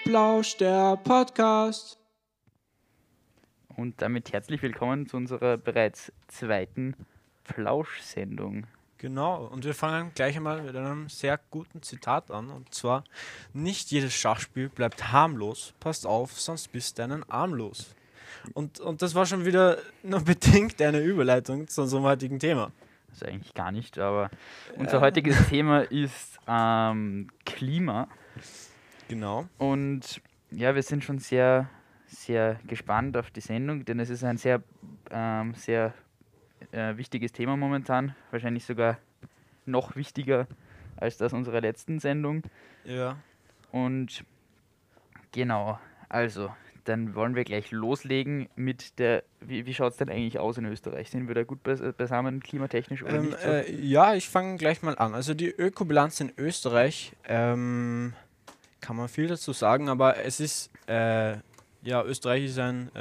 Plausch, der Podcast. Und damit herzlich willkommen zu unserer bereits zweiten Plausch-Sendung. Genau, und wir fangen gleich einmal mit einem sehr guten Zitat an. Und zwar: Nicht jedes Schachspiel bleibt harmlos. Passt auf, sonst bist du einen Arm los. Und das war schon wieder nur bedingt eine Überleitung zu unserem heutigen Thema. Also eigentlich gar nicht, aber unser heutiges Thema ist Klima. Genau. Und ja, wir sind schon sehr, sehr gespannt auf die Sendung, denn es ist ein sehr wichtiges Thema momentan. Wahrscheinlich sogar noch wichtiger als das unserer letzten Sendung. Ja. Und genau, also, dann wollen wir gleich loslegen mit der, wie schaut es denn eigentlich aus in Österreich? Sind wir da gut beisammen, klimatechnisch oder nicht so? Ja, ich fange gleich mal an. Also die Ökobilanz in Österreich, kann man viel dazu sagen, aber es ist, Österreich ist ein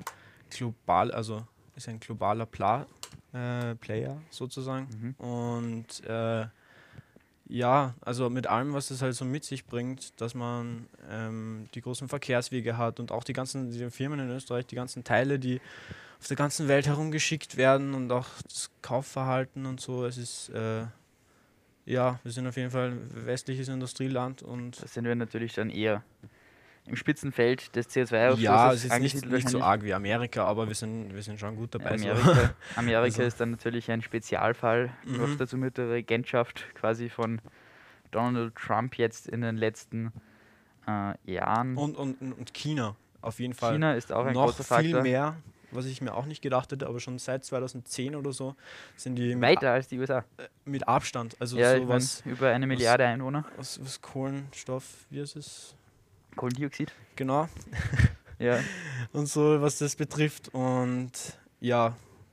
globaler Player sozusagen. Und also mit allem, was es halt so mit sich bringt, dass man die großen Verkehrswege hat und auch die Firmen in Österreich, die ganzen Teile, die auf der ganzen Welt herumgeschickt werden und auch das Kaufverhalten und so. Es ist, wir sind auf jeden Fall ein westliches Industrieland und Da sind wir natürlich dann eher im Spitzenfeld des CO2-Ausstoßes ja, es ist angesiedelt nicht so wahrscheinlich. arg wie Amerika, aber wir sind schon gut dabei. Amerika Also- ist dann natürlich ein Spezialfall, noch dazu mit der Regentschaft quasi von Donald Trump jetzt in den letzten Jahren. Und China, auf jeden Fall. China ist auch ein noch großer Faktor. viel mehr, was ich mir auch nicht gedacht hätte, aber schon seit 2010 oder so sind die Weiter als die USA. mit Abstand. Also Ja, so ich mein, über 1 Milliarde Einwohner. was Kohlenstoff, wie ist es? Kohlendioxid. Genau. Ja, Und so, was das betrifft. Und ja.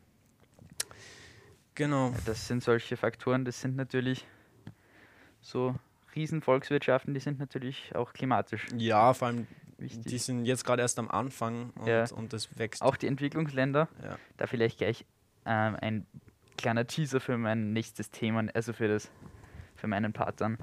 Genau. das sind solche Faktoren, das sind natürlich so Riesenvolkswirtschaften, die sind natürlich auch klimatisch Ja, vor allem, wichtig. die sind jetzt gerade erst am Anfang und das wächst. Auch die Entwicklungsländer, Ja. da vielleicht gleich ein kleiner Teaser für mein nächstes Thema, also für meinen Part dann.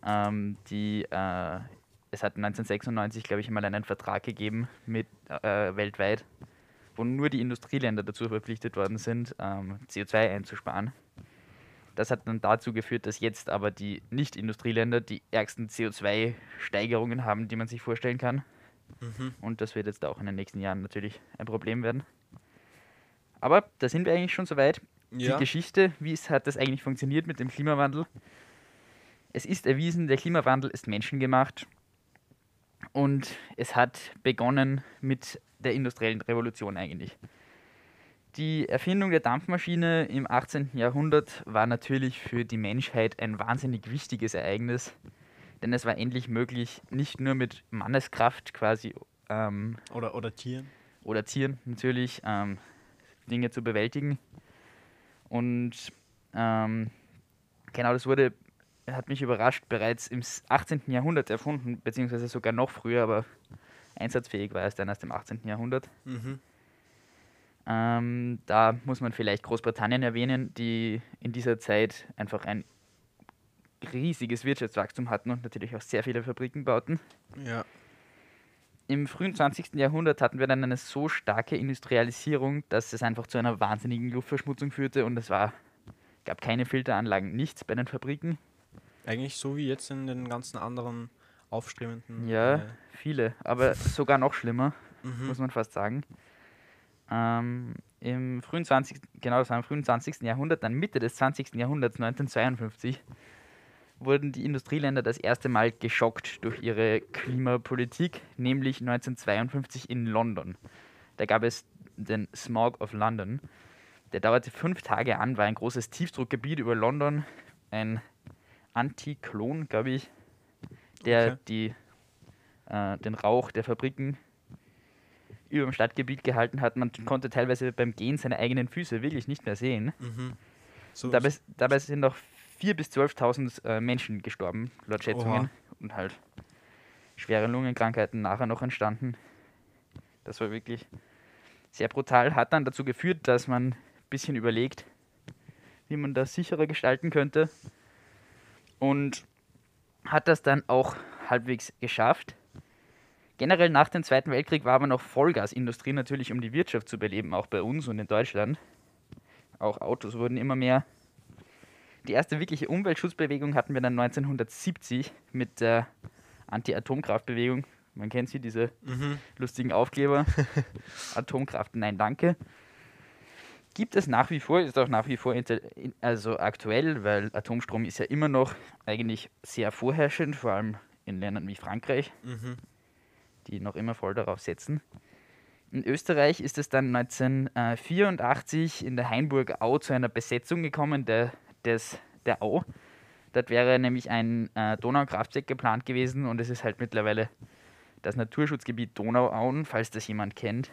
Es hat 1996, glaube ich, einmal einen Vertrag gegeben mit weltweit, wo nur die Industrieländer dazu verpflichtet worden sind, CO2 einzusparen. Das hat dann dazu geführt, dass jetzt aber die Nicht-Industrieländer die ärgsten CO2-Steigerungen haben, die man sich vorstellen kann. Und das wird jetzt auch in den nächsten Jahren natürlich ein Problem werden. Aber da sind wir eigentlich schon soweit. Ja. Die Geschichte, hat das eigentlich funktioniert mit dem Klimawandel? Es ist erwiesen, der Klimawandel ist menschengemacht und es hat begonnen mit der industriellen Revolution eigentlich. Die Erfindung der Dampfmaschine im 18. Jahrhundert war natürlich für die Menschheit ein wahnsinnig wichtiges Ereignis, denn es war endlich möglich, nicht nur mit Manneskraft quasi Oder Tieren. oder Tieren natürlich Dinge zu bewältigen. Und genau, das hat mich überrascht, bereits im 18. Jahrhundert erfunden, beziehungsweise sogar noch früher, aber einsatzfähig war es dann erst im 18. Jahrhundert. Da muss man vielleicht Großbritannien erwähnen, die in dieser Zeit einfach ein riesiges Wirtschaftswachstum hatten und natürlich auch sehr viele Fabriken bauten. Ja. Im frühen 20. Jahrhundert hatten wir dann eine so starke Industrialisierung, dass es einfach zu einer wahnsinnigen Luftverschmutzung führte und gab keine Filteranlagen, nichts bei den Fabriken. Eigentlich so wie jetzt in den ganzen anderen aufstrebenden. Ja, viele, aber sogar noch schlimmer, muss man fast sagen. Im frühen 20. Jahrhundert, dann Mitte des 20. Jahrhunderts, 1952, wurden die Industrieländer das erste Mal geschockt durch ihre Klimapolitik, nämlich 1952 in London. Da gab es den Smog of London. Der dauerte 5 Tage an, war ein großes Tiefdruckgebiet über London, ein Antiklon, glaube ich, der den Rauch der Fabriken über dem Stadtgebiet gehalten hat. Man konnte teilweise beim Gehen seine eigenen Füße wirklich nicht mehr sehen. So, Dabei sind auch 4.000 bis 12.000 Menschen gestorben, laut Schätzungen. Oha. Und halt schwere Lungenkrankheiten nachher noch entstanden. Das war wirklich sehr brutal. Hat dann dazu geführt, dass man ein bisschen überlegt, wie man das sicherer gestalten könnte. Und hat das dann auch halbwegs geschafft. Generell nach dem Zweiten Weltkrieg war aber noch Vollgasindustrie natürlich, um die Wirtschaft zu beleben, auch bei uns und in Deutschland. Auch Autos wurden immer mehr. Die erste wirkliche Umweltschutzbewegung hatten wir dann 1970 mit der Anti-Atomkraftbewegung. Man kennt sie, diese lustigen Aufkleber. Atomkraft, nein, danke. Gibt es nach wie vor, ist auch nach wie vor also aktuell, weil Atomstrom ist ja immer noch eigentlich sehr vorherrschend, vor allem in Ländern wie Frankreich, die noch immer voll darauf setzen. In Österreich ist es dann 1984 in der Hainburger Au zu einer Besetzung gekommen der Au. Dort wäre nämlich ein Donaukraftwerk geplant gewesen und es ist halt mittlerweile das Naturschutzgebiet Donauauen, falls das jemand kennt.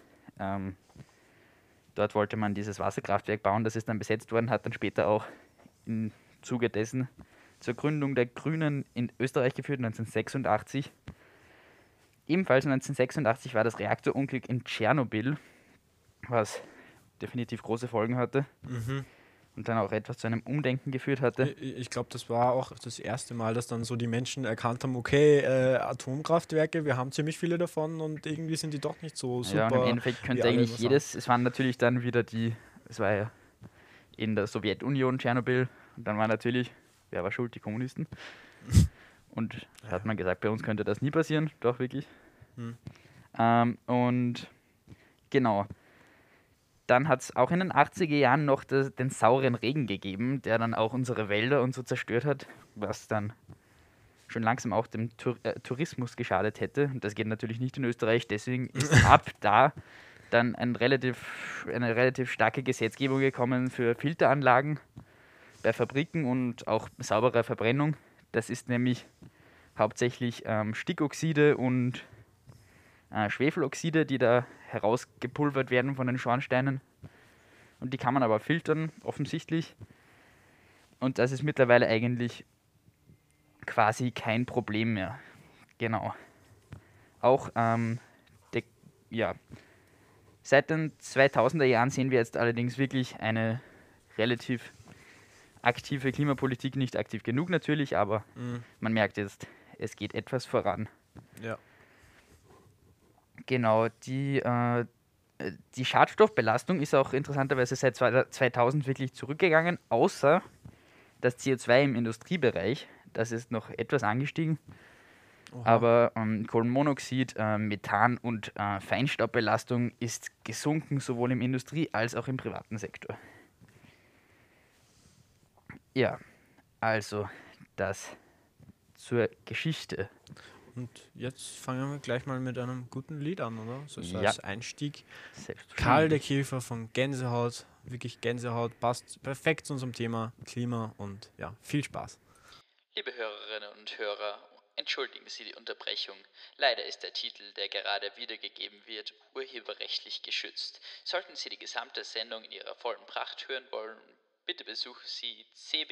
Dort wollte man dieses Wasserkraftwerk bauen, das ist dann besetzt worden, hat dann später auch im Zuge dessen zur Gründung der Grünen in Österreich geführt, 1986. Ebenfalls 1986 war das Reaktorunglück in Tschernobyl, was definitiv große Folgen hatte und dann auch etwas zu einem Umdenken geführt hatte. Ich glaube, das war auch das erste Mal, dass dann so die Menschen erkannt haben, okay, Atomkraftwerke, wir haben ziemlich viele davon und irgendwie sind die doch nicht so super. Ja, und im Endeffekt könnte eigentlich jedes, es waren natürlich dann wieder es war ja in der Sowjetunion Tschernobyl und dann war natürlich, wer war schuld? Die Kommunisten. Und da hat man gesagt, bei uns könnte das nie passieren, doch wirklich. Und genau. Dann hat es auch in den 80er Jahren noch den sauren Regen gegeben, der dann auch unsere Wälder und so zerstört hat, was dann schon langsam auch dem Tourismus geschadet hätte. Und das geht natürlich nicht in Österreich, deswegen ist ab da dann eine relativ starke Gesetzgebung gekommen für Filteranlagen bei Fabriken und auch saubere Verbrennung. Das ist nämlich hauptsächlich Stickoxide und Schwefeloxide, die da herausgepulvert werden von den Schornsteinen. Und die kann man aber filtern, offensichtlich. Und das ist mittlerweile eigentlich quasi kein Problem mehr. Genau. Auch seit den 2000er Jahren sehen wir jetzt allerdings wirklich eine relativ aktive Klimapolitik, nicht aktiv genug natürlich, aber man merkt jetzt, es geht etwas voran. Ja. Genau, die Schadstoffbelastung ist auch interessanterweise seit 2000 wirklich zurückgegangen, außer das CO2 im Industriebereich, das ist noch etwas angestiegen. Oha. Aber Kohlenmonoxid, Methan und Feinstaubbelastung ist gesunken, sowohl im Industrie- als auch im privaten Sektor. Ja, also das zur Geschichte. Und jetzt fangen wir gleich mal mit einem guten Lied an, oder? So als Einstieg. Karl der Käfer von Gänsehaut. Wirklich Gänsehaut. Passt perfekt zu unserem Thema Klima und ja, viel Spaß. Liebe Hörerinnen und Hörer, entschuldigen Sie die Unterbrechung. Leider ist der Titel, der gerade wiedergegeben wird, urheberrechtlich geschützt. Sollten Sie die gesamte Sendung in ihrer vollen Pracht hören wollen, bitte besuchen Sie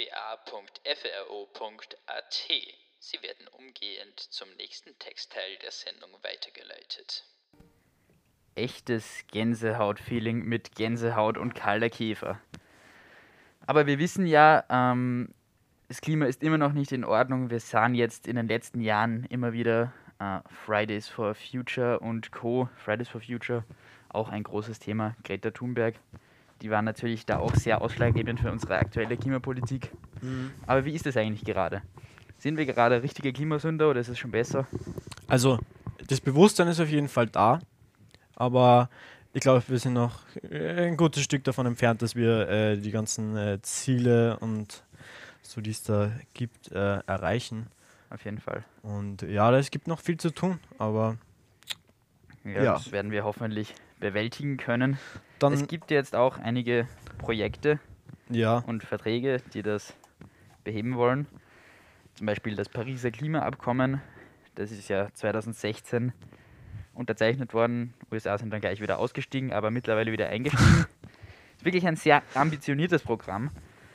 cba.fro.at. Sie werden umgehend zum nächsten Textteil der Sendung weitergeleitet. Echtes Gänsehaut-Feeling mit Gänsehaut und Karl der Käfer. Aber wir wissen ja, das Klima ist immer noch nicht in Ordnung. Wir sahen jetzt in den letzten Jahren immer wieder Fridays for Future und Co. Fridays for Future, auch ein großes Thema. Greta Thunberg, die waren natürlich da auch sehr ausschlaggebend für unsere aktuelle Klimapolitik. Aber wie ist das eigentlich gerade? Sind wir gerade richtige Klimasünder oder ist es schon besser? Also, das Bewusstsein ist auf jeden Fall da, aber ich glaube, wir sind noch ein gutes Stück davon entfernt, dass wir die ganzen Ziele und so, die es da gibt, erreichen. Auf jeden Fall. Und ja, es gibt noch viel zu tun, aber ja. Das werden wir hoffentlich bewältigen können. Es gibt jetzt auch einige Projekte und Verträge, die das beheben wollen. Zum Beispiel das Pariser Klimaabkommen, das ist ja 2016 unterzeichnet worden. USA sind dann gleich wieder ausgestiegen, aber mittlerweile wieder eingestiegen. Ist wirklich ein sehr ambitioniertes Programm.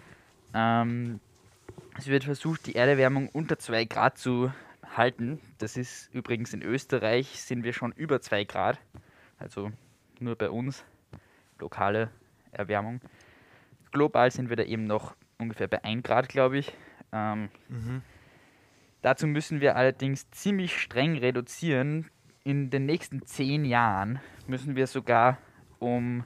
Es wird versucht, die Erderwärmung unter 2 Grad zu halten. Das ist übrigens in Österreich, sind wir schon über 2 Grad. Also nur bei uns, lokale Erwärmung. Global sind wir da eben noch ungefähr bei 1 Grad, glaube ich. Dazu müssen wir allerdings ziemlich streng reduzieren in den nächsten 10 Jahren müssen wir sogar um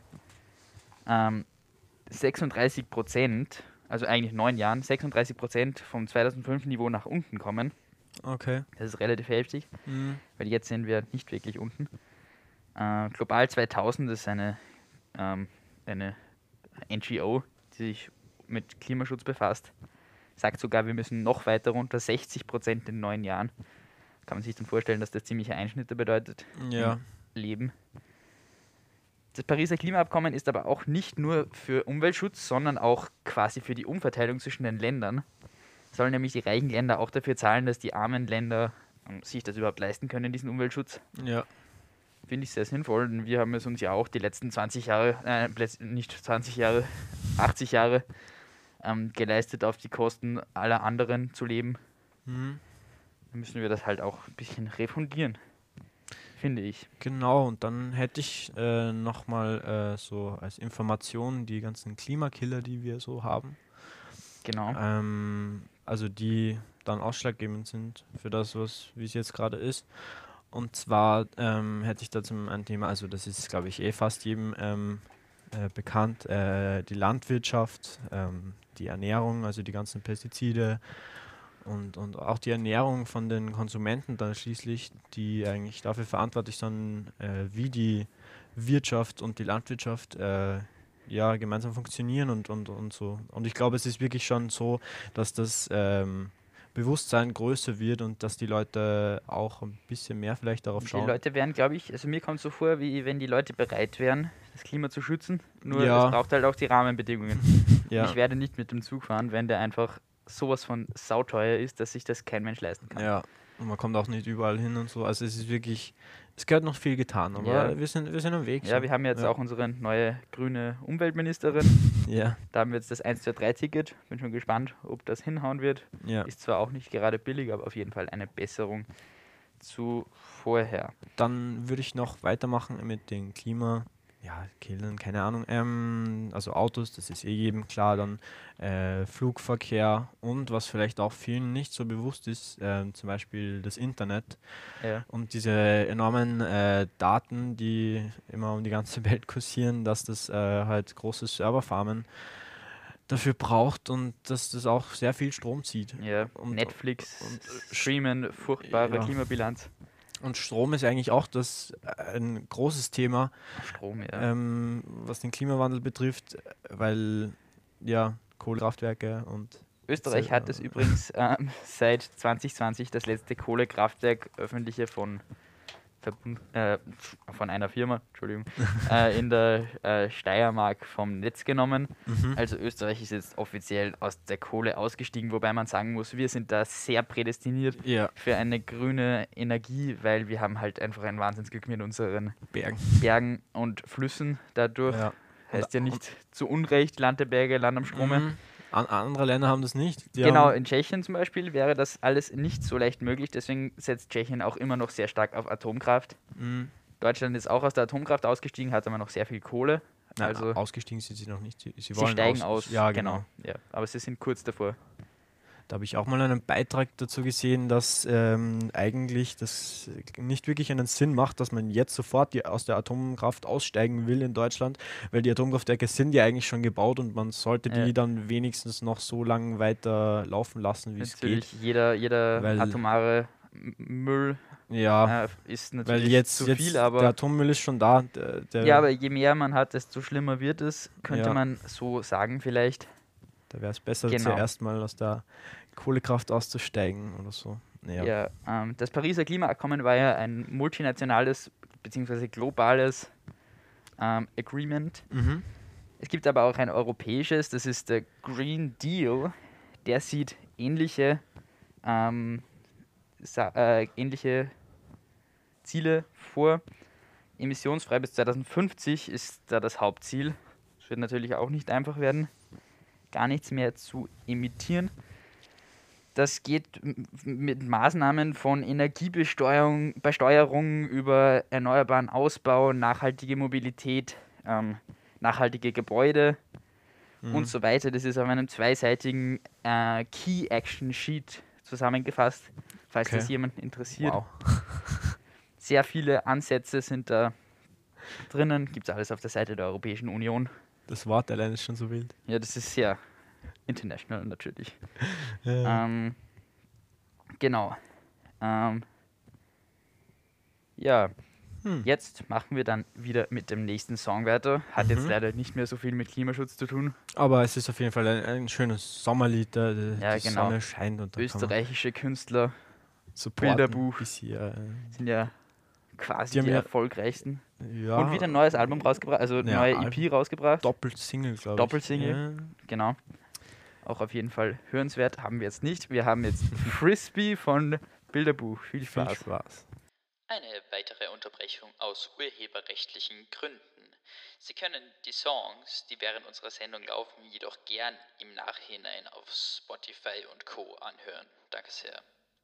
36%, also eigentlich 9 Jahren, 36% vom 2005-Niveau nach unten kommen. Okay. Das ist relativ heftig, weil jetzt sind wir nicht wirklich unten. Global 2000 ist eine NGO, die sich mit Klimaschutz befasst. Sagt sogar, wir müssen noch weiter runter, 60% in 9 Jahren. Kann man sich dann vorstellen, dass das ziemliche Einschnitte bedeutet Ja. im Leben. Das Pariser Klimaabkommen ist aber auch nicht nur für Umweltschutz, sondern auch quasi für die Umverteilung zwischen den Ländern. Sollen nämlich die reichen Länder auch dafür zahlen, dass die armen Länder sich das überhaupt leisten können, diesen Umweltschutz. Ja. Finde ich sehr sinnvoll. Und wir haben es uns ja auch die letzten 20 Jahre, nicht 20 Jahre, 80 Jahre geleistet, auf die Kosten aller anderen zu leben. Dann müssen wir das halt auch ein bisschen refundieren, finde ich. Genau, und dann hätte ich nochmal so als Information die ganzen Klimakiller, die wir so haben. Genau. Also die dann ausschlaggebend sind für das, wie es jetzt gerade ist. Und zwar hätte ich dazu ein Thema, also das ist, glaube ich, fast jedem bekannt, die Landwirtschaft, die Ernährung, also die ganzen Pestizide und auch die Ernährung von den Konsumenten dann schließlich, die eigentlich dafür verantwortlich sind, wie die Wirtschaft und die Landwirtschaft gemeinsam funktionieren und so. Und ich glaube, es ist wirklich schon so, dass das Bewusstsein größer wird und dass die Leute auch ein bisschen mehr vielleicht darauf schauen. Die Leute wären, glaube ich, also mir kommt es so vor, wie wenn die Leute bereit wären, das Klima zu schützen, nur Ja. es braucht halt auch die Rahmenbedingungen. Ja. Ich werde nicht mit dem Zug fahren, wenn der einfach sowas von sauteuer ist, dass sich das kein Mensch leisten kann. Ja, und man kommt auch nicht überall hin und so. Also es ist wirklich, es gehört noch viel getan, aber Ja. wir sind am Weg. Ja, so. wir haben jetzt Ja. auch unsere neue grüne Umweltministerin. Ja, Da haben wir jetzt das 1-2-3-Ticket. Bin schon gespannt, ob das hinhauen wird. ja. Ist zwar auch nicht gerade billig, aber auf jeden Fall eine Besserung zu vorher. Dann würde ich noch weitermachen mit den Killern, keine Ahnung. Also Autos, das ist jedem klar. Dann Flugverkehr und was vielleicht auch vielen nicht so bewusst ist, zum Beispiel das Internet Ja. und diese enormen Daten, die immer um die ganze Welt kursieren, dass das halt große Serverfarmen dafür braucht und dass das auch sehr viel Strom zieht. Ja, Und- Netflix, und- Streamen, furchtbare Ja. Klimabilanz. Und Strom ist eigentlich auch ein großes Thema, Strom, ja. was den Klimawandel betrifft, weil ja Kohlekraftwerke und Österreich hat es übrigens seit 2020 das letzte Kohlekraftwerk öffentliche von einer Firma, Entschuldigung, in der Steiermark vom Netz genommen. Also Österreich ist jetzt offiziell aus der Kohle ausgestiegen, wobei man sagen muss, wir sind da sehr prädestiniert ja, für eine grüne Energie, weil wir haben halt einfach ein Wahnsinnsglück mit unseren Bergen. Bergen und Flüssen dadurch. Ja. Heißt ja nicht zu Unrecht Land der Berge, Land am Strome. Andere Länder haben das nicht. Die Genau, haben, in Tschechien zum Beispiel wäre das alles nicht so leicht möglich, deswegen setzt Tschechien auch immer noch sehr stark auf Atomkraft. Deutschland ist auch aus der Atomkraft ausgestiegen, hat aber noch sehr viel Kohle. Nein, Also ausgestiegen sind sie noch nicht. Sie sie wollen steigen aus. Ja, genau. Ja, aber sie sind kurz davor. Da habe ich auch mal einen Beitrag dazu gesehen, dass eigentlich das nicht wirklich einen Sinn macht, dass man jetzt sofort aus der Atomkraft aussteigen will in Deutschland, weil die Atomkraftwerke sind ja eigentlich schon gebaut und man sollte Ja. die dann wenigstens noch so lange weiter laufen lassen, wie es geht. Natürlich, jeder Weil- atomare Müll Ja, ist weil natürlich jetzt zu viel, der aber Atommüll ist schon da. ja, aber je mehr man hat, desto schlimmer wird es, könnte Ja. man so sagen vielleicht. Da wäre es besser, Genau. zuerst mal aus der Kohlekraft auszusteigen oder so. Ja. Ja, das Pariser Klimaabkommen war ja ein multinationales bzw. globales Agreement. Mhm. Es gibt aber auch ein europäisches, das ist der Green Deal. Der sieht ähnliche Ziele vor. Emissionsfrei bis 2050 ist da das Hauptziel. Es wird natürlich auch nicht einfach werden, gar nichts mehr zu emittieren. Das geht mit Maßnahmen von Energiebesteuerung über erneuerbaren Ausbau, nachhaltige Mobilität, nachhaltige Gebäude und so weiter. Das ist auf einem zweiseitigen Key Action Sheet zusammengefasst, falls Okay. das jemand interessiert. Wow. Sehr viele Ansätze sind da drinnen. Gibt es alles auf der Seite der Europäischen Union. Das Wort allein ist schon so wild. Ja, das ist sehr international natürlich. Ja. Genau. Ja, Hm. jetzt machen wir dann wieder mit dem nächsten Song weiter. Hat jetzt leider nicht mehr so viel mit Klimaschutz zu tun. Aber es ist auf jeden Fall ein schönes Sommerlied, da Ja, die genau. Sonne scheint und da Österreichische Künstler kann man supporten, Bilderbuch. bis hier, sind ja quasi Die haben die ja- erfolgreichsten. ja, Und wieder ein neues Album rausgebracht, also Ja, neue Album. EP rausgebracht. Doppelsingle, glaube ich. Doppelsingle. Genau. Auch auf jeden Fall hörenswert haben wir jetzt nicht. Wir haben jetzt Frisbee von Bilderbuch. Viel Ja. Viel Spaß. Spaß. Eine weitere Unterbrechung aus urheberrechtlichen Gründen. Sie können die Songs, die während unserer Sendung laufen, jedoch gern im Nachhinein auf Spotify und Co. anhören. Danke sehr.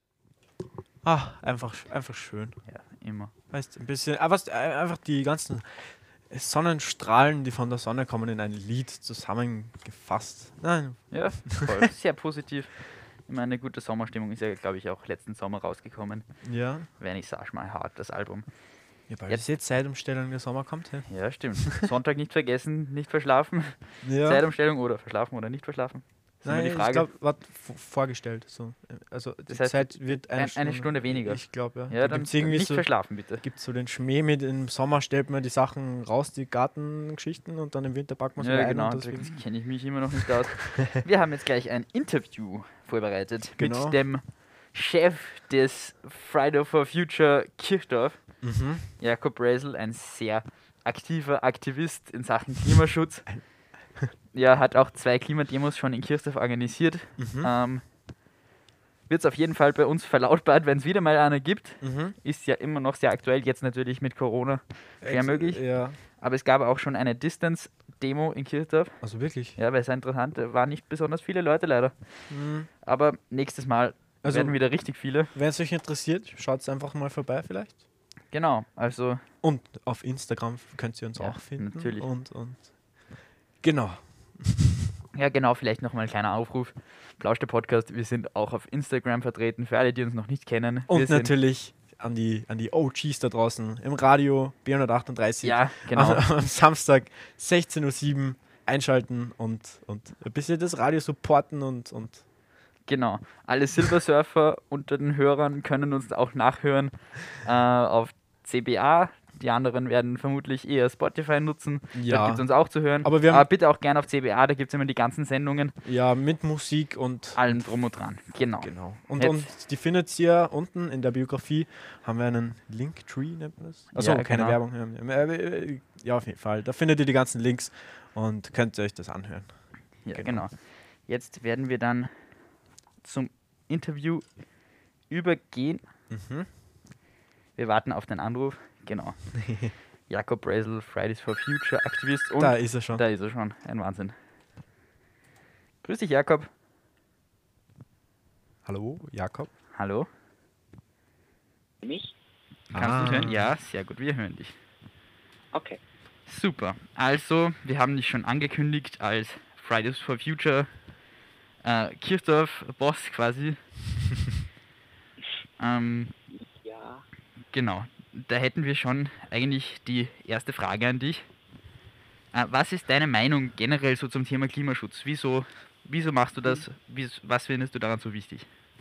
Einfach schön. Ja, immer. Weißt ein bisschen, einfach die ganzen Sonnenstrahlen, die von der Sonne kommen, in ein Lied zusammengefasst. Nein, Ja, voll. Sehr positiv. Ich meine, eine gute Sommerstimmung ist ja, glaube ich, auch letzten Sommer rausgekommen. ja. Vernissage My Heart, das Album. Ja, bald Jetzt- ist jetzt Zeitumstellung, der Sommer kommt. Ja. Ja, stimmt. Sonntag nicht vergessen, nicht verschlafen. Ja. Zeitumstellung oder verschlafen oder nicht verschlafen. Das ist immer Nein, die ich Frage. glaube, war vorgestellt. So. Also die Das heißt, Zeit wird eine Stunde weniger. Ich glaube, ja. Ja, Da dann gibt's irgendwie nicht so, verschlafen, bitte. gibt's so den Schmäh mit, im Sommer stellt man die Sachen raus, die Gartengeschichten, und dann im Winter packt man sie Ja, wieder genau, ein. da Und deswegen, kenne ich mich immer noch nicht aus. Wir haben jetzt gleich ein Interview vorbereitet Genau. mit dem Chef des Friday for Future Kirchdorf, Jakob Bresel, ein sehr aktiver Aktivist in Sachen Klimaschutz. Ja, hat auch 2 Klimademos schon in Kirchdorf organisiert. Wird es auf jeden Fall bei uns verlautbart, wenn es wieder mal eine gibt. Ist ja immer noch sehr aktuell, jetzt natürlich mit Corona schwer möglich. Ja, Aber es gab auch schon eine Distance-Demo in Kirchdorf. also wirklich. Ja, weil es interessant waren nicht besonders viele Leute leider. Aber nächstes Mal Also- werden wieder richtig viele. Wenn es euch interessiert, schaut einfach mal vorbei vielleicht. Genau, also Und auf Instagram könnt ihr uns Ja, auch finden. natürlich. Und genau. ja genau, vielleicht nochmal ein kleiner Aufruf. Plausch der Podcast, wir sind auch auf Instagram vertreten, für alle, die uns noch nicht kennen. Wir Und sind, natürlich an die OGs da draußen im Radio B138. Ja, genau. Am Samstag 16:07 Uhr einschalten und ein bisschen das Radio supporten und Genau. Alle Silversurfer unter den Hörern können uns auch nachhören auf CBA. Die anderen werden vermutlich eher Spotify nutzen. Ja. Da gibt es uns auch zu hören. Aber wir haben- bitte auch gerne auf CBA, da gibt es immer die ganzen Sendungen. ja, mit Musik und Allem drum und dran. Genau. genau. Und Jetzt- die findet ihr unten in der Biografie. Haben wir einen Linktree, nennt man das? Achso, Ja, keine genau. Werbung. Ja, auf jeden Fall. Da findet ihr die ganzen Links und könnt ihr euch das anhören. Ja, Genau. genau. Jetzt werden wir dann zum Interview übergehen. Wir warten auf den Anruf. Genau. Jakob Bresel, Fridays for Future Aktivist. Und Da ist er schon. da ist er schon. Ein Wahnsinn. Grüß dich, Jakob. Hallo, Jakob. Hallo. Mich? Kannst du mich hören? Ja, sehr gut. Wir hören dich. Okay. Super. Also, wir haben dich schon angekündigt als Fridays for Future Kirchdorf-Boss quasi. Ja. Genau. Da hätten wir schon eigentlich die erste Frage an dich. Was ist deine Meinung generell so zum Thema Klimaschutz? Wieso machst du das? Was findest du daran so wichtig?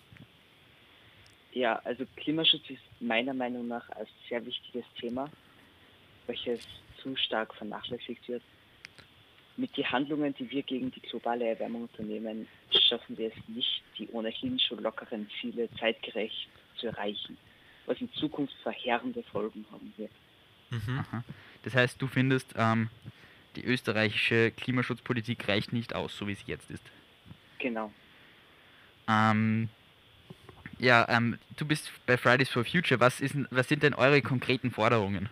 Ja, also Klimaschutz ist meiner Meinung nach ein sehr wichtiges Thema, welches zu stark vernachlässigt wird. Mit den Handlungen, die wir gegen die globale Erwärmung unternehmen, schaffen wir es nicht, die ohnehin schon lockeren Ziele zeitgerecht zu erreichen, was in Zukunft verheerende Folgen haben wird. Aha. Das heißt, du findest, die österreichische Klimaschutzpolitik reicht nicht aus, so wie sie jetzt ist. Genau. Du bist bei Fridays for Future. Was sind denn eure konkreten Forderungen?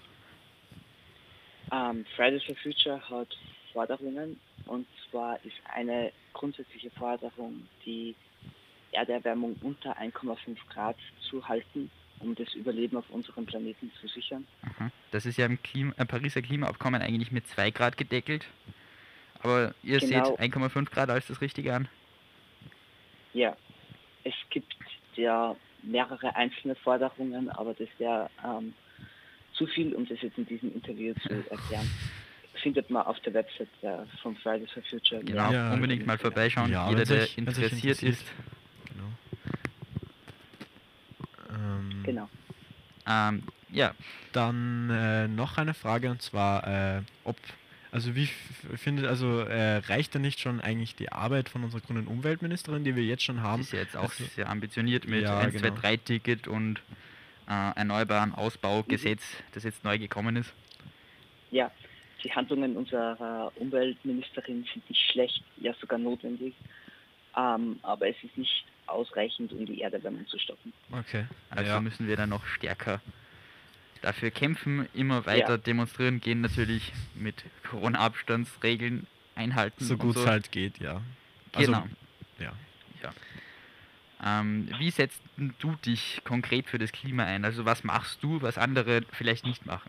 Fridays for Future hat Forderungen, und zwar ist eine grundsätzliche Forderung, die Erderwärmung unter 1,5 Grad zu halten, um das Überleben auf unserem Planeten zu sichern. Aha. Das ist ja im Pariser Klimaabkommen eigentlich mit 2 Grad gedeckelt. Aber ihr Genau. seht 1,5 Grad als das Richtige an. Ja, es gibt ja mehrere einzelne Forderungen, aber das wäre zu viel, um das jetzt in diesem Interview zu erklären. Findet man auf der Website von Fridays for Future. Genau, Ja, unbedingt mal vorbeischauen. ja, Jeder, wenn's der euch interessiert ist. Genau. Genau. Ja, Dann noch eine Frage, und zwar, reicht da nicht schon eigentlich die Arbeit von unserer grünen Umweltministerin, die wir jetzt schon haben? ist ja jetzt auch Also, sehr ambitioniert mit ja, 1, 2, genau. 3-Ticket und Erneuerbaren Ausbaugesetz, das jetzt neu gekommen ist. Ja, die Handlungen unserer Umweltministerin sind nicht schlecht, ja sogar notwendig, aber es ist nicht ausreichend, um die Erderwärmung zu stoppen. Okay. Also ja. müssen wir dann noch stärker dafür kämpfen, immer weiter demonstrieren gehen, natürlich mit Corona-Abstandsregeln einhalten. So und gut so. es halt geht, ja. Also, Genau. ja. Wie setzt du dich konkret für das Klima ein? Also was machst du, was andere vielleicht nicht machen?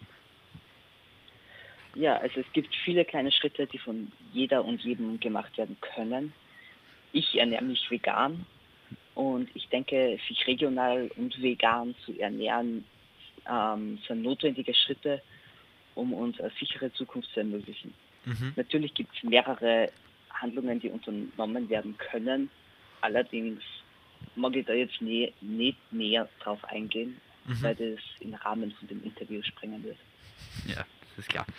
Ja, also es gibt viele kleine Schritte, die von jeder und jedem gemacht werden können. Ich ernähre mich vegan und ich denke, sich regional und vegan zu ernähren, sind notwendige Schritte, um uns eine sichere Zukunft zu ermöglichen. Mhm. Natürlich gibt es mehrere Handlungen, die unternommen werden können. Allerdings mag ich da jetzt nicht näher drauf eingehen, weil das im Rahmen von dem Interview sprengen wird. Ja, das ist klar.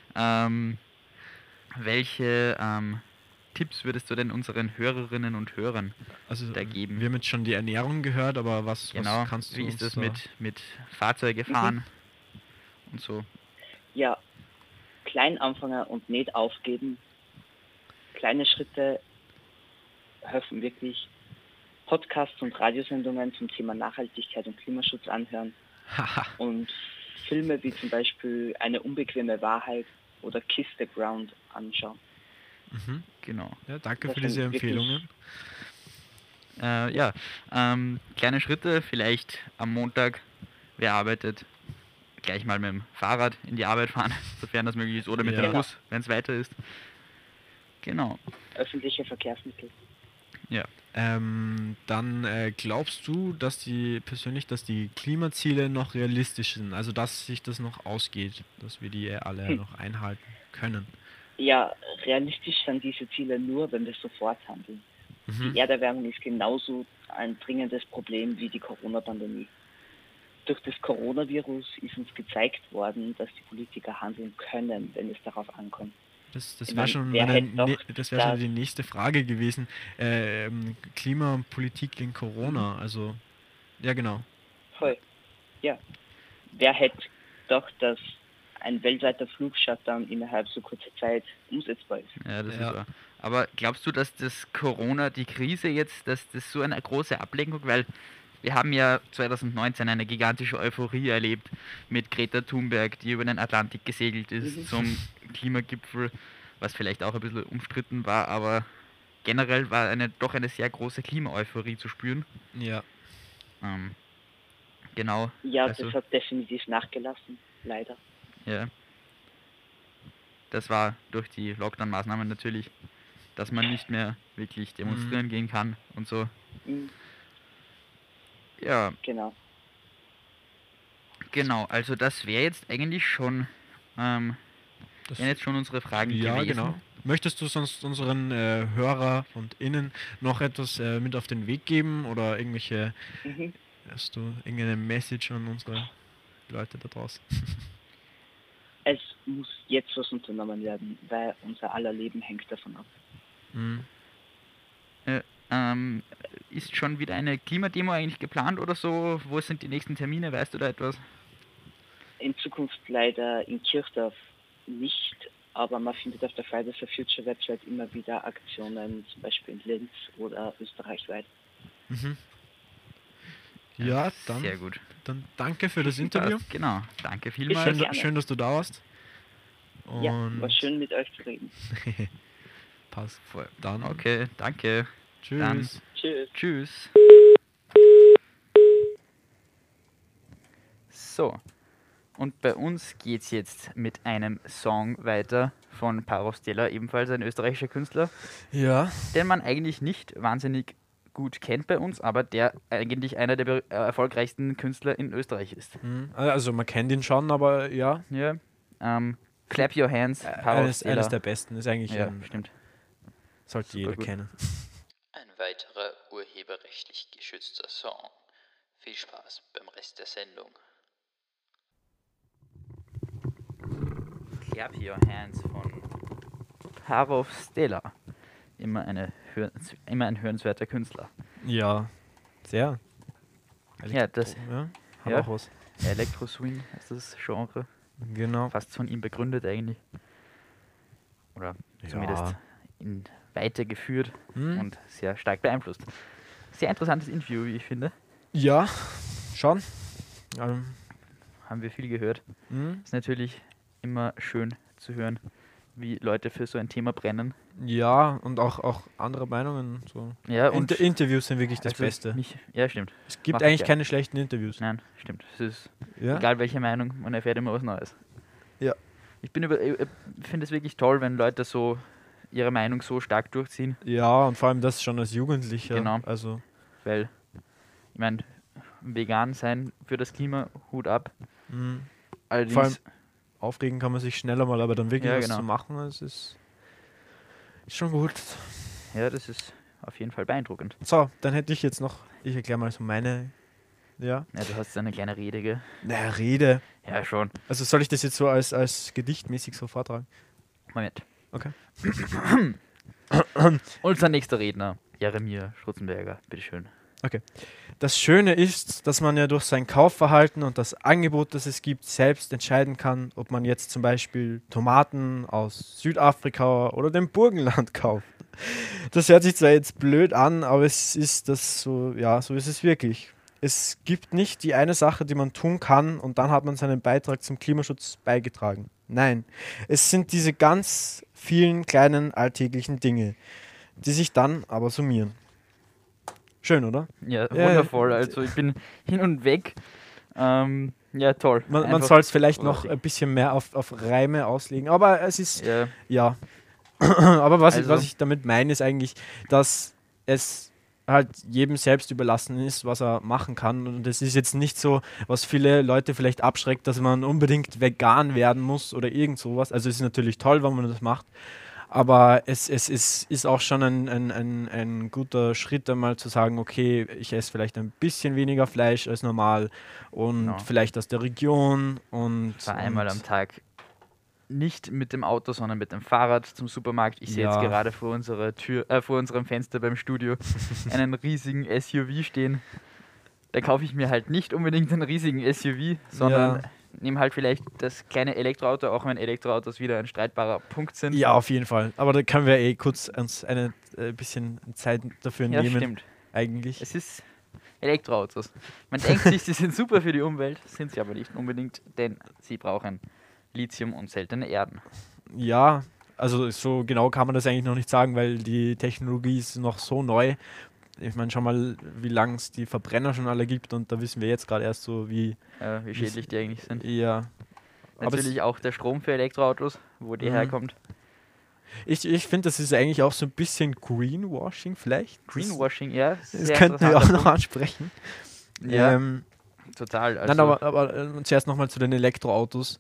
Welche Tipps würdest du denn unseren Hörerinnen und Hörern Also, da geben? wir haben jetzt schon die Ernährung gehört, aber was Genau, kannst du wie uns ist das da... mit Fahrzeuge fahren und so? Ja, klein anfangen und nicht aufgeben. Kleine Schritte helfen wirklich. Podcasts und Radiosendungen zum Thema Nachhaltigkeit und Klimaschutz anhören und Filme wie zum Beispiel Eine unbequeme Wahrheit oder Kiss the Ground anschauen. Genau. Ja, danke Das für diese sind wirklich- Empfehlungen. Kleine Schritte, vielleicht am Montag, wer arbeitet, gleich mal mit dem Fahrrad in die Arbeit fahren, sofern das möglich ist, oder mit Ja. dem Bus, wenn es weiter ist. Genau. Öffentliche Verkehrsmittel. Dann glaubst du, dass die Klimaziele noch realistisch sind, also dass sich das noch ausgeht, dass wir die alle noch einhalten können? Ja, realistisch sind diese Ziele nur, wenn wir sofort handeln. Die Erderwärmung ist genauso ein dringendes Problem wie die Corona-Pandemie. Durch das Coronavirus ist uns gezeigt worden, dass die Politiker handeln können, wenn es darauf ankommt. Das Ich wäre mein, schon, wer hätte doch das wär schon das- die nächste Frage gewesen. Klimapolitik in Corona, also ja genau. Voll. Ja. Wer hätte doch, dass ein weltweiter Flugshutdown innerhalb so kurzer Zeit umsetzbar ist? Ja, das Ja. ist wahr. Aber glaubst du, dass das Corona, die Krise jetzt, dass das so eine große Ablenkung, weil wir haben ja 2019 eine gigantische Euphorie erlebt mit Greta Thunberg, die über den Atlantik gesegelt ist zum Klimagipfel, was vielleicht auch ein bisschen umstritten war, aber generell war doch eine sehr große Klima-Euphorie zu spüren. Ja. Genau. Ja, also, das hat definitiv nachgelassen, leider. ja. Das war durch die Lockdown-Maßnahmen natürlich, dass man nicht mehr wirklich demonstrieren gehen kann und so. Mhm, Ja, genau. genau. Also das wäre jetzt eigentlich schon, Das, wären jetzt schon unsere Fragen ja, gewesen. genau. Möchtest du sonst unseren Hörer und Innen noch etwas mit auf den Weg geben oder Mhm. hast du irgendeine Message an unsere Leute da draußen? Es muss jetzt was unternommen werden, weil unser aller Leben hängt davon ab. Ist schon wieder eine Klimademo eigentlich geplant oder so? Wo sind die nächsten Termine? Weißt du da etwas? In Zukunft leider in Kirchdorf nicht, aber man findet auf der Fridays for Future Website immer wieder Aktionen, zum Beispiel in Linz oder österreichweit. Ja, Sehr gut. dann danke für das Interview. Passt, genau. Danke Schön, vielmals. gerne. Schön, dass du da warst. Ja, Und war schön mit euch zu reden. passt. Voll. Dann Okay, danke. tschüss. Dann- Tschüss. Tschüss. So, und bei uns geht's jetzt mit einem Song weiter von Parostella, ebenfalls ein österreichischer Künstler, Ja. den man eigentlich nicht wahnsinnig gut kennt bei uns, aber der eigentlich einer der erfolgreichsten Künstler in Österreich ist. Also man kennt ihn schon, aber ja, Ja. Clap Your Hands, eines Stella. der besten. Ist eigentlich Ja, stimmt. sollte Super jeder gut. kennen. Ein weiterer urheberrechtlich geschützter Song. Viel Spaß beim Rest der Sendung. Clap Your Hands von Harov Stella. Immer ein hörenswerter Künstler. Ja, sehr. Ja, das Ja, hat ja. auch was. Elektro-Swing ist das Genre. Genau. Fast von ihm begründet eigentlich. Oder zumindest in weitergeführt und sehr stark beeinflusst. Sehr interessantes Interview, wie ich finde. Ja, schon. Haben wir viel gehört. Ist natürlich immer schön zu hören, wie Leute für so ein Thema brennen. Ja, und auch andere Meinungen. So. Ja, und Interviews sind wirklich das also Beste. Ja, stimmt. Es gibt mach ich eigentlich gern. keine schlechten Interviews. Nein, stimmt. Es ist Ja? egal welche Meinung, man erfährt immer was Neues. Ja. Ich finde es wirklich toll, wenn Leute so ihre Meinung so stark durchziehen, Ja, und vor allem das schon als Jugendlicher. Genau. Also, weil, ich meine, vegan sein für das Klima, Hut ab. Allerdings, vor allem aufregen kann man sich schneller mal, aber dann wirklich Ja, was genau. zu machen, das ist schon gut. ja, das ist auf jeden Fall beeindruckend. So, dann hätte ich jetzt noch, ich erkläre mal so meine, Ja, du hast eine kleine Rede, gell? Rede. Ja, schon. Also soll ich das jetzt so als gedichtmäßig so vortragen? Moment. Okay. Unser nächster Redner, Jeremia Schrutzenberger, bitteschön. Das Schöne ist, dass man ja durch sein Kaufverhalten und das Angebot, das es gibt, selbst entscheiden kann, ob man jetzt zum Beispiel Tomaten aus Südafrika oder dem Burgenland kauft. Das hört sich zwar jetzt blöd an, aber es ist das so, ja, so ist es wirklich. Es gibt nicht die eine Sache, die man tun kann und dann hat man seinen Beitrag zum Klimaschutz beigetragen. Nein, es sind diese ganz vielen kleinen alltäglichen Dinge, die sich dann aber summieren. Schön, oder? Ja, Ja, wundervoll. Also ich bin hin und weg. Ja, toll. Man Einfach soll es vielleicht noch großartig. ein bisschen mehr auf Reime auslegen, aber es ist, Ja, ja. Aber was Also- ich damit meine, ist eigentlich, dass es halt jedem selbst überlassen ist, was er machen kann. Und es ist jetzt nicht so, was viele Leute vielleicht abschreckt, dass man unbedingt vegan werden muss oder irgend sowas. Also es ist natürlich toll, wenn man das macht. Aber es ist auch schon ein guter Schritt, einmal zu sagen, okay, ich esse vielleicht ein bisschen weniger Fleisch als normal und Genau. vielleicht aus der Region und fahr einmal am Tag nicht mit dem Auto, sondern mit dem Fahrrad zum Supermarkt. Ich sehe jetzt Ja. gerade vor unserer Tür, vor unserem Fenster beim Studio einen riesigen SUV stehen. Da kaufe ich mir halt nicht unbedingt einen riesigen SUV, sondern nehme halt vielleicht das kleine Elektroauto, auch wenn Elektroautos wieder ein streitbarer Punkt sind. Ja, auf jeden Fall. Aber da können wir kurz uns eine bisschen Zeit dafür Ja, nehmen, stimmt. eigentlich. Es ist Elektroautos. Man denkt sich, sie sind super für die Umwelt, sind sie aber nicht unbedingt, denn sie brauchen Lithium und seltene Erden. Ja, also so genau kann man das eigentlich noch nicht sagen, weil die Technologie ist noch so neu. Ich meine, schau mal, wie lange es die Verbrenner schon alle gibt und da wissen wir jetzt gerade erst so, wie Wie schädlich die eigentlich sind. ja. Aber Natürlich auch der Strom für Elektroautos, wo der herkommt. ich finde, das ist eigentlich auch so ein bisschen Greenwashing vielleicht. Greenwashing, ja. Das sehr könnten wir auch interessanter noch ansprechen. Punkt. Ja, Ähm, total. Also, Nein, aber zuerst nochmal zu den Elektroautos.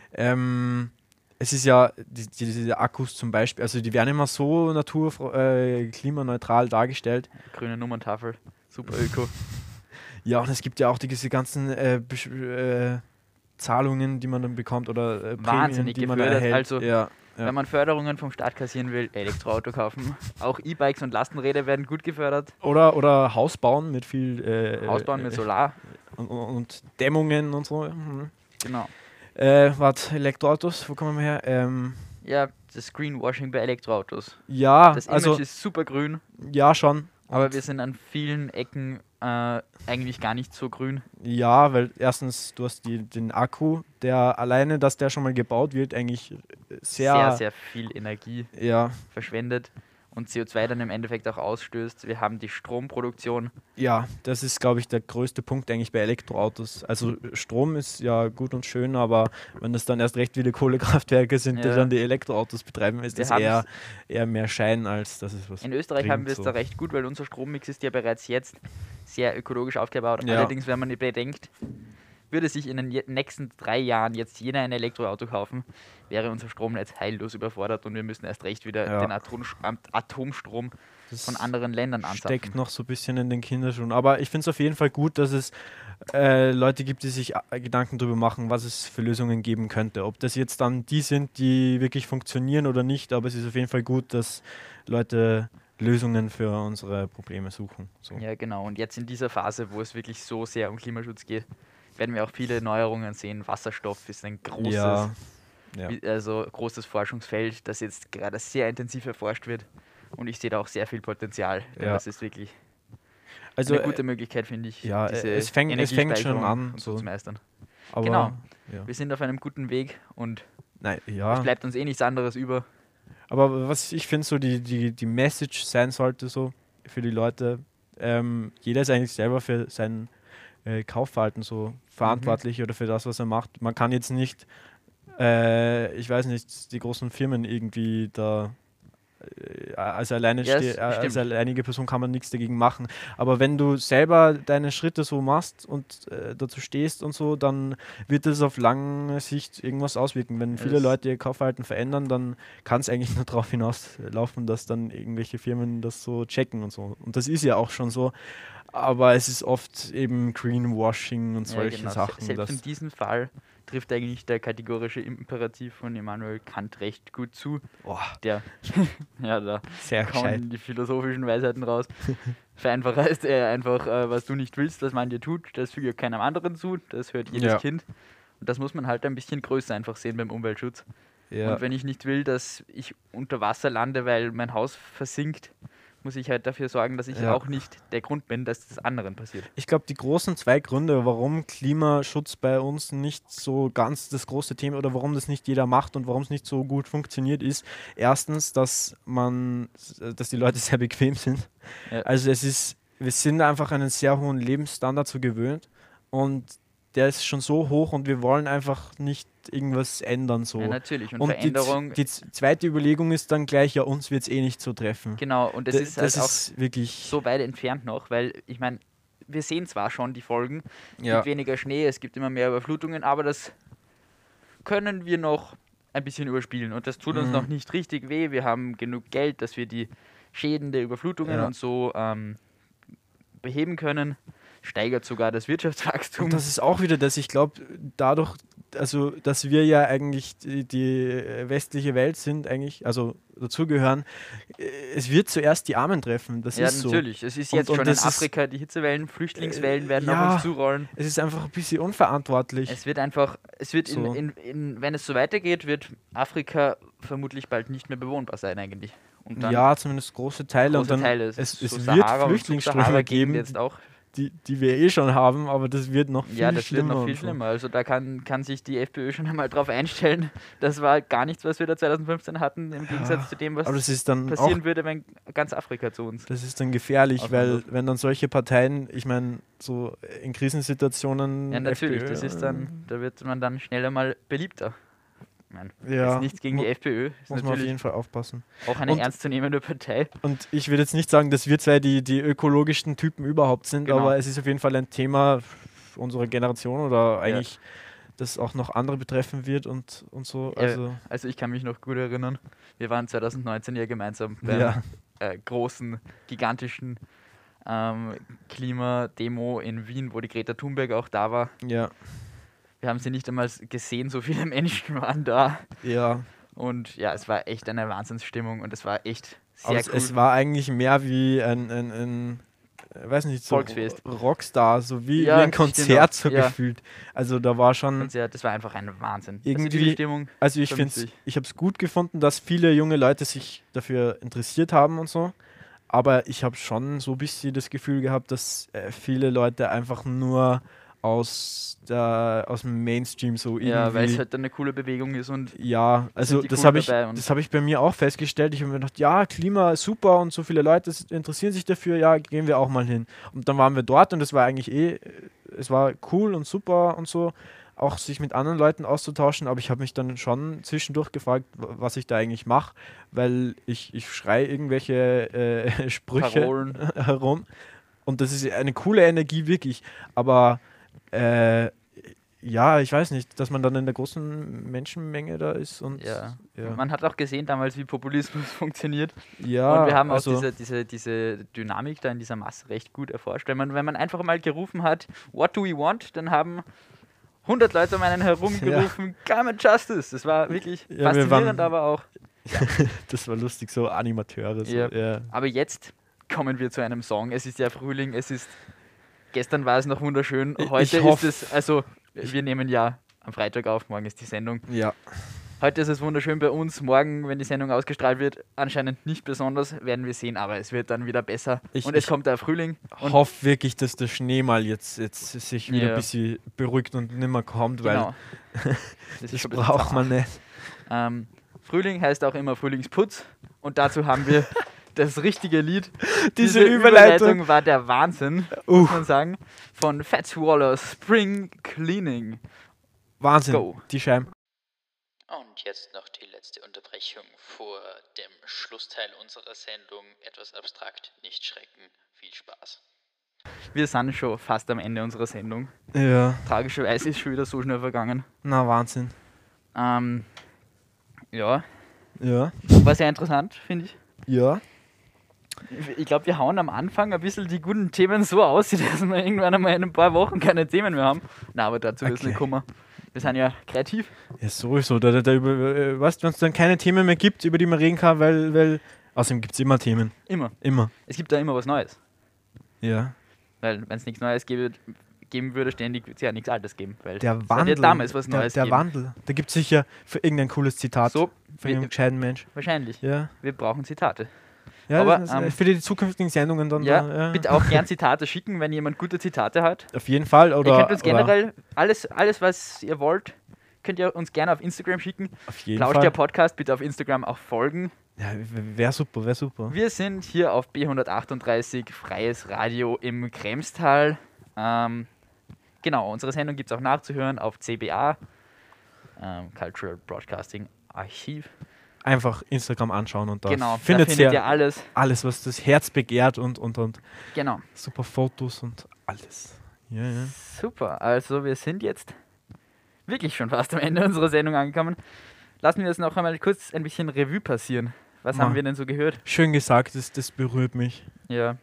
Es ist ja, diese Akkus zum Beispiel, also die werden immer so klimaneutral dargestellt. grüne Nummerntafel, super öko. Ja, und es gibt ja auch diese ganzen Zahlungen, die man dann bekommt oder Prämien, Wahnsinnig die man da gefördert, erhält. also Ja. Wenn man Förderungen vom Staat kassieren will, Elektroauto kaufen. Auch E-Bikes und Lastenräder werden gut gefördert. Oder Haus bauen mit viel Ausbauen mit Solar. und Dämmungen und so. Genau. Warte, Elektroautos, wo kommen wir her? Ja, das Greenwashing bei Elektroautos. Ja, Das also Image ist super grün, ja schon. aber Und wir sind an vielen Ecken eigentlich gar nicht so grün. ja, weil erstens, du hast den Akku, der alleine, dass der schon mal gebaut wird, eigentlich Sehr, sehr viel Energie ja, verschwendet. und CO2 dann im Endeffekt auch ausstößt. Wir haben die Stromproduktion. Ja, das ist, glaube ich, der größte Punkt eigentlich bei Elektroautos. Also Strom ist ja gut und schön, aber wenn das dann erst recht viele Kohlekraftwerke sind, die Ja. dann die Elektroautos betreiben, ist Wir das haben's- eher mehr Schein, als dass es was In Österreich bringt, haben wir es so. da recht gut, weil unser Strommix ist ja bereits jetzt sehr ökologisch aufgebaut. Ja. Allerdings, wenn man bedenkt, würde sich in den nächsten 3 Jahren jetzt jeder ein Elektroauto kaufen, wäre unser Stromnetz heillos überfordert und wir müssen erst recht wieder Ja. den Atomstrom Das von anderen Ländern anzapfen. steckt noch so ein bisschen in den Kinderschuhen. Aber ich finde es auf jeden Fall gut, dass es Leute gibt, die sich Gedanken darüber machen, was es für Lösungen geben könnte. Ob das jetzt dann die sind, die wirklich funktionieren oder nicht, aber es ist auf jeden Fall gut, dass Leute Lösungen für unsere Probleme suchen. So. Ja, genau. Und jetzt in dieser Phase, wo es wirklich so sehr um Klimaschutz geht, werden wir auch viele Neuerungen sehen. Wasserstoff ist ein großes, Ja. großes Forschungsfeld, das jetzt gerade sehr intensiv erforscht wird. Und ich sehe da auch sehr viel Potenzial. Denn Ja. das ist wirklich Also, eine gute Möglichkeit, finde ich, ja, diese es fängt schon Energiespeicherung an, und so so. zu meistern. aber, genau. Ja. Wir sind auf einem guten Weg und Nein, es ja. bleibt uns eh nichts anderes über. Aber was ich finde, so die Message sein sollte, so für die Leute, jeder ist eigentlich selber für sein Kaufverhalten so verantwortlich oder für das, was er macht. Man kann jetzt nicht, ich weiß nicht, die großen Firmen irgendwie da als stimmt. alleinige Person kann man nichts dagegen machen. Aber wenn du selber deine Schritte so machst und dazu stehst und so, dann wird das auf lange Sicht irgendwas auswirken. Wenn viele Es- Leute ihr Kaufverhalten verändern, dann kann es eigentlich nur darauf hinauslaufen, dass dann irgendwelche Firmen das so checken und so. Und das ist ja auch schon so. Aber es ist oft eben Greenwashing und solche genau. Sachen. Selbst in diesem Fall trifft eigentlich der kategorische Imperativ von Immanuel Kant recht gut zu. Boah, Der, ja, da sehr gescheit. kommen die philosophischen Weisheiten raus. Vereinfacht heißt er einfach, was du nicht willst, was man dir tut, das füge keinem anderen zu, das hört jedes Ja. Kind. Und das muss man halt ein bisschen größer einfach sehen beim Umweltschutz. Ja. Und wenn ich nicht will, dass ich unter Wasser lande, weil mein Haus versinkt, muss ich halt dafür sorgen, dass ich Ja. auch nicht der Grund bin, dass das anderen passiert. Ich glaube, die großen 2 Gründe, warum Klimaschutz bei uns nicht so ganz das große Thema oder warum das nicht jeder macht und warum es nicht so gut funktioniert, ist erstens, dass die Leute sehr bequem sind. Ja. Also wir sind einfach einen sehr hohen Lebensstandard so gewöhnt und der ist schon so hoch und wir wollen einfach nicht irgendwas ändern so. Ja, natürlich. Und, Und Veränderung, die zweite Überlegung ist dann gleich, ja, uns wird es eh nicht so treffen. genau, und das D- ist halt auch ist wirklich, so weit entfernt noch, weil ich meine, wir sehen zwar schon die Folgen, es ja, gibt weniger Schnee, es gibt immer mehr Überflutungen, aber das können wir noch ein bisschen überspielen und das tut uns Mhm. noch nicht richtig weh. Wir haben genug Geld, dass wir die Schäden der Überflutungen Ja. und so beheben können. Steigert sogar das Wirtschaftswachstum. und das ist auch wieder das, ich glaube, dadurch, also dass wir ja eigentlich die westliche Welt sind, eigentlich, also dazugehören, es wird zuerst die Armen treffen. Das Ja, ist so. natürlich. Es ist Und- jetzt und schon in das ist- Afrika, die Hitzewellen, Flüchtlingswellen werden ja. auf uns zurollen. Es ist einfach ein bisschen unverantwortlich. Es wird einfach, So. wenn es so weitergeht, wird Afrika vermutlich bald nicht mehr bewohnbar sein eigentlich. Und dann Ja, zumindest große Teile. Und große dann Teile. es So wird Sahara und Flüchtlingsströme Subsahara-Gegend geben, jetzt auch. die wir eh schon haben, aber das wird noch viel Ja, das wird schlimmer. noch viel und so. schlimmer. Also da kann sich die FPÖ schon einmal drauf einstellen. Das war gar nichts, was wir da 2015 hatten, im Gegensatz zu dem, was Aber das ist dann auch passieren würde, wenn ganz Afrika zu uns. Das ist dann gefährlich, weil Auswandert. wenn dann solche Parteien, ich meine, so in Krisensituationen. Ja, natürlich. FPÖ, Das ist dann, da wird man dann schneller mal beliebter. Ich meine, ja, ist nichts gegen die FPÖ. Ist muss man auf natürlich jeden Fall aufpassen. auch eine Und- ernstzunehmende Partei. Und ich würde jetzt nicht sagen, dass wir zwei die ökologischsten Typen überhaupt sind, Genau. aber es ist auf jeden Fall ein Thema unserer Generation oder eigentlich, das auch noch andere betreffen wird und so. Also, Also ich kann mich noch gut erinnern. Wir waren 2019 ja gemeinsam beim ja, großen, gigantischen Klimademo in Wien, wo die Greta Thunberg auch da war. ja, Wir haben sie nicht einmal gesehen, so viele Menschen waren da. ja. Und ja, es war echt eine Wahnsinnsstimmung und es war echt Aber sehr cool. es war eigentlich mehr wie ein weiß nicht, so Volksfest. Rockstar, so wie Ja, ein Konzert so genau, ja. gefühlt. Also da war schon. Konzert, das war einfach ein Wahnsinn. Irgendwie- also die Stimmung. Also ich Stimmt finde, sich. ich habe es gut gefunden, dass viele junge Leute sich dafür interessiert haben und so. Aber ich habe schon so ein bisschen das Gefühl gehabt, dass viele Leute einfach nur aus dem Mainstream so irgendwie. Ja, weil es halt eine coole Bewegung ist und Ja, also die das cool habe ich, dabei und- das hab ich bei mir auch festgestellt. Ich habe mir gedacht, ja, Klima ist super und so viele Leute interessieren sich dafür, ja, gehen wir auch mal hin. Und dann waren wir dort und es war eigentlich es war cool und super und so, auch sich mit anderen Leuten auszutauschen, aber ich habe mich dann schon zwischendurch gefragt, was ich da eigentlich mache, weil ich schreie irgendwelche Sprüche Parolen. herum und das ist eine coole Energie, wirklich, aber ja, ich weiß nicht, dass man dann in der großen Menschenmenge da ist und ja. ja. Man hat auch gesehen damals, wie Populismus funktioniert. Ja, Und wir haben auch also, diese Dynamik da in dieser Masse recht gut erforscht. Wenn man einfach mal gerufen hat, what do we want, dann haben 100 Leute um einen herum gerufen, Climate Justice. Das war wirklich Ja, wir faszinierend, waren- aber auch. das war lustig, so Animateure. So, Ja. ja. Aber jetzt kommen wir zu einem Song. Es ist ja Frühling, gestern war es noch wunderschön. Ich Heute hoff- ist es, also wir nehmen ja am Freitag auf, morgen ist die Sendung. Ja. Heute ist es wunderschön bei uns, morgen, wenn die Sendung ausgestrahlt wird, anscheinend nicht besonders, werden wir sehen, aber es wird dann wieder besser. Ich- Und es ich- kommt der Frühling. Und Hoffe wirklich, dass der Schnee mal jetzt sich wieder Ja. ein bisschen beruhigt und nimmer kommt, genau. weil das braucht man nicht. Frühling heißt auch immer Frühlingsputz und dazu haben wir das richtige Lied. Diese Überleitung. war der Wahnsinn, muss man sagen, von Fats Waller, Spring Cleaning. Wahnsinn, Go. die Scheiben. Und jetzt noch die letzte Unterbrechung vor dem Schlussteil unserer Sendung. Etwas abstrakt, nicht schrecken. Viel Spaß. Wir sind schon fast am Ende unserer Sendung. Ja, Tragischerweise ist schon wieder so schnell vergangen. na Wahnsinn. Ja, Ja, war sehr interessant, finde ich. ja. Ich glaube, wir hauen am Anfang ein bisschen die guten Themen so aus, dass wir irgendwann einmal in ein paar Wochen keine Themen mehr haben. Na, aber dazu ist Okay. nicht kommen. Wir sind ja kreativ. Ja, sowieso. Weißt du, wenn es dann keine Themen mehr gibt, über die man reden kann, weil außerdem gibt es immer Themen. Immer. Immer. Es gibt da immer was Neues. Ja. Weil, wenn es nichts Neues geben würde, ständig würde es ja nichts Altes geben. Weil Der es hat Wandel. ja damals was der Neues der gegeben. Wandel. Da gibt es sicher für irgendein cooles Zitat. So, Von einem wir, gescheiten Mensch. wahrscheinlich. Ja. Wir brauchen Zitate. Ja, Aber, das ist, für die zukünftigen Sendungen dann. Ja, bitte auch gern Zitate schicken, wenn jemand gute Zitate hat. Auf jeden Fall. Oder, Ihr könnt uns oder generell alles, was ihr wollt, könnt ihr uns gerne auf Instagram schicken. auf jeden Lauscht der Fall. Podcast, bitte auf Instagram auch folgen. Ja, wäre super, wäre super. Wir sind hier auf B138, freies Radio im Kremstal. Genau, unsere Sendung gibt es auch nachzuhören auf CBA, Cultural Broadcasting Archiv. Einfach Instagram anschauen und da Genau, findet da findet ihr ihr alles. alles, was das Herz begehrt und Genau, super Fotos und alles. Ja, ja. super. Also wir sind jetzt wirklich schon fast am Ende unserer Sendung angekommen. Lassen wir es noch einmal kurz ein bisschen Revue passieren. Was haben Ma. wir denn so gehört? Schön gesagt, das berührt mich. Ja,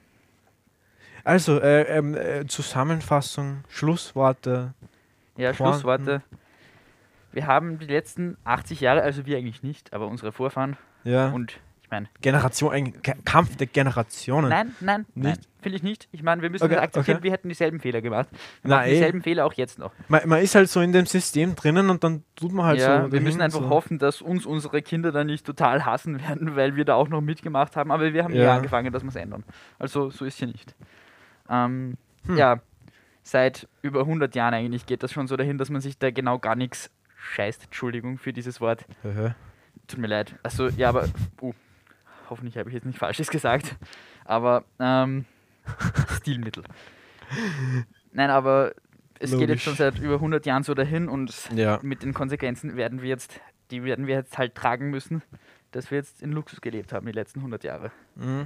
Also, Zusammenfassung, Schlussworte. ja, Pointen. Schlussworte. Wir haben die letzten 80 Jahre, also wir eigentlich nicht, aber unsere Vorfahren Ja. und ich meine, Generation, ein Kampf der Generationen. nein, Nicht? finde ich nicht. Ich meine, wir müssen Okay, akzeptieren, okay. wir hätten dieselben Fehler gemacht. Wir Na, machen eh. dieselben Fehler auch jetzt noch. Man ist halt so in dem System drinnen und dann tut man halt ja, so. wir dahin, müssen einfach so. hoffen, dass uns unsere Kinder dann nicht total hassen werden, weil wir da auch noch mitgemacht haben. Aber wir haben Ja. angefangen, dass wir es ändern. Also so ist hier nicht. Ja, seit über 100 Jahren eigentlich geht das schon so dahin, dass man sich da genau gar nichts scheißt. Entschuldigung für dieses Wort. Aha. Tut mir leid. Also, ja, aber hoffentlich habe ich jetzt nicht Falsches gesagt. Aber Stilmittel. Nein, aber es geht jetzt Logisch. schon seit über 100 Jahren so dahin und Ja. mit den Konsequenzen werden wir jetzt halt tragen müssen, dass wir jetzt in Luxus gelebt haben die letzten 100 Jahre. Mhm.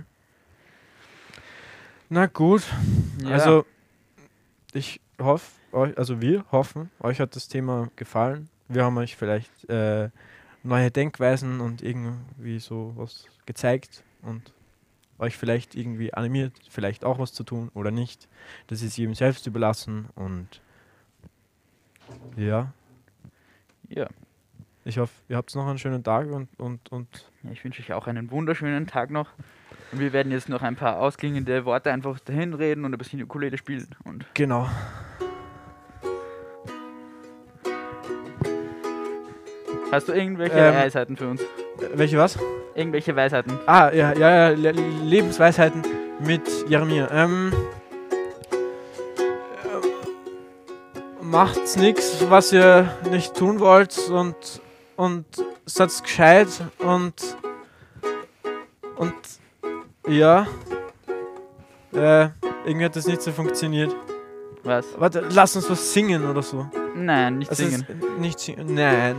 Na gut. Ja. Also, ich hoffe, wir hoffen, euch hat das Thema gefallen. Wir haben euch vielleicht neue Denkweisen und irgendwie so was gezeigt und euch vielleicht irgendwie animiert, vielleicht auch was zu tun oder nicht. Das ist jedem selbst überlassen und ja, Ja. ich hoffe, ihr habt noch einen schönen Tag und Ja, ich wünsche euch auch einen wunderschönen Tag noch. Und wir werden jetzt noch ein paar ausklingende Worte einfach dahin reden und ein bisschen Ukulele spielen. Und genau. hast du irgendwelche Weisheiten für uns? Welche was? Irgendwelche Weisheiten? Ah, ja, Lebensweisheiten mit Jeremia. macht's nichts, was ihr nicht tun wollt und seid gescheit und ja, irgendwie hat das nicht so funktioniert. Was? Warte, lass uns was singen oder so. Nein, nicht Also singen. Nicht singen, nein.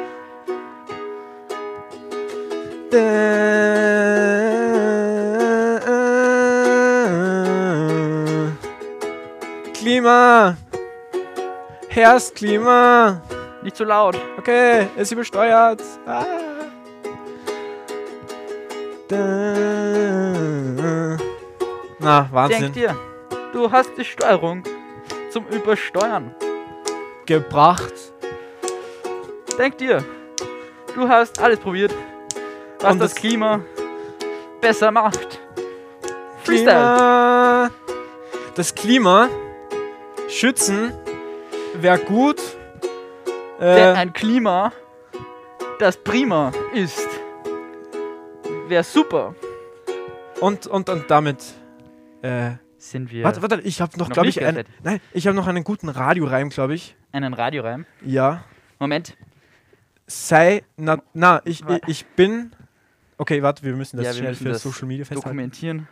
Klima! Herrst Klima! Nicht so laut. Okay, es ist übersteuert. Ah. Na, Wahnsinn. Denk dir, du hast die Steuerung zum Übersteuern. Gebracht. Denk dir, du hast alles probiert, was Und das das Klima besser macht. Freestyle. Klima. Das Klima schützen wäre gut. Denn ein Klima, das prima ist, wäre super. Und damit. Sind wir Warte, ich habe noch, noch glaube ich, nicht fertig? ich habe noch einen guten Radioreim, glaube ich. einen Radioreim? Ja. Moment. Ich bin. Okay, warte, wir müssen das Ja, wir schnell müssen für das Social Media festhalten. dokumentieren.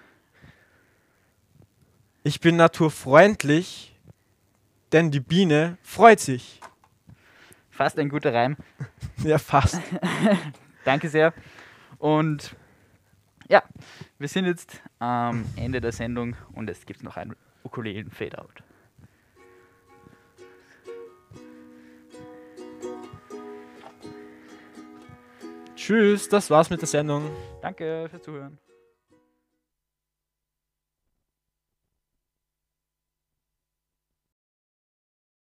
Ich bin naturfreundlich, denn die Biene freut sich. Fast ein guter Reim. Ja, fast. Danke sehr. Und ja, wir sind jetzt am Ende der Sendung und es gibt noch ein Ukulelen-Fade-Out. Tschüss, das war's mit der Sendung. Danke fürs Zuhören.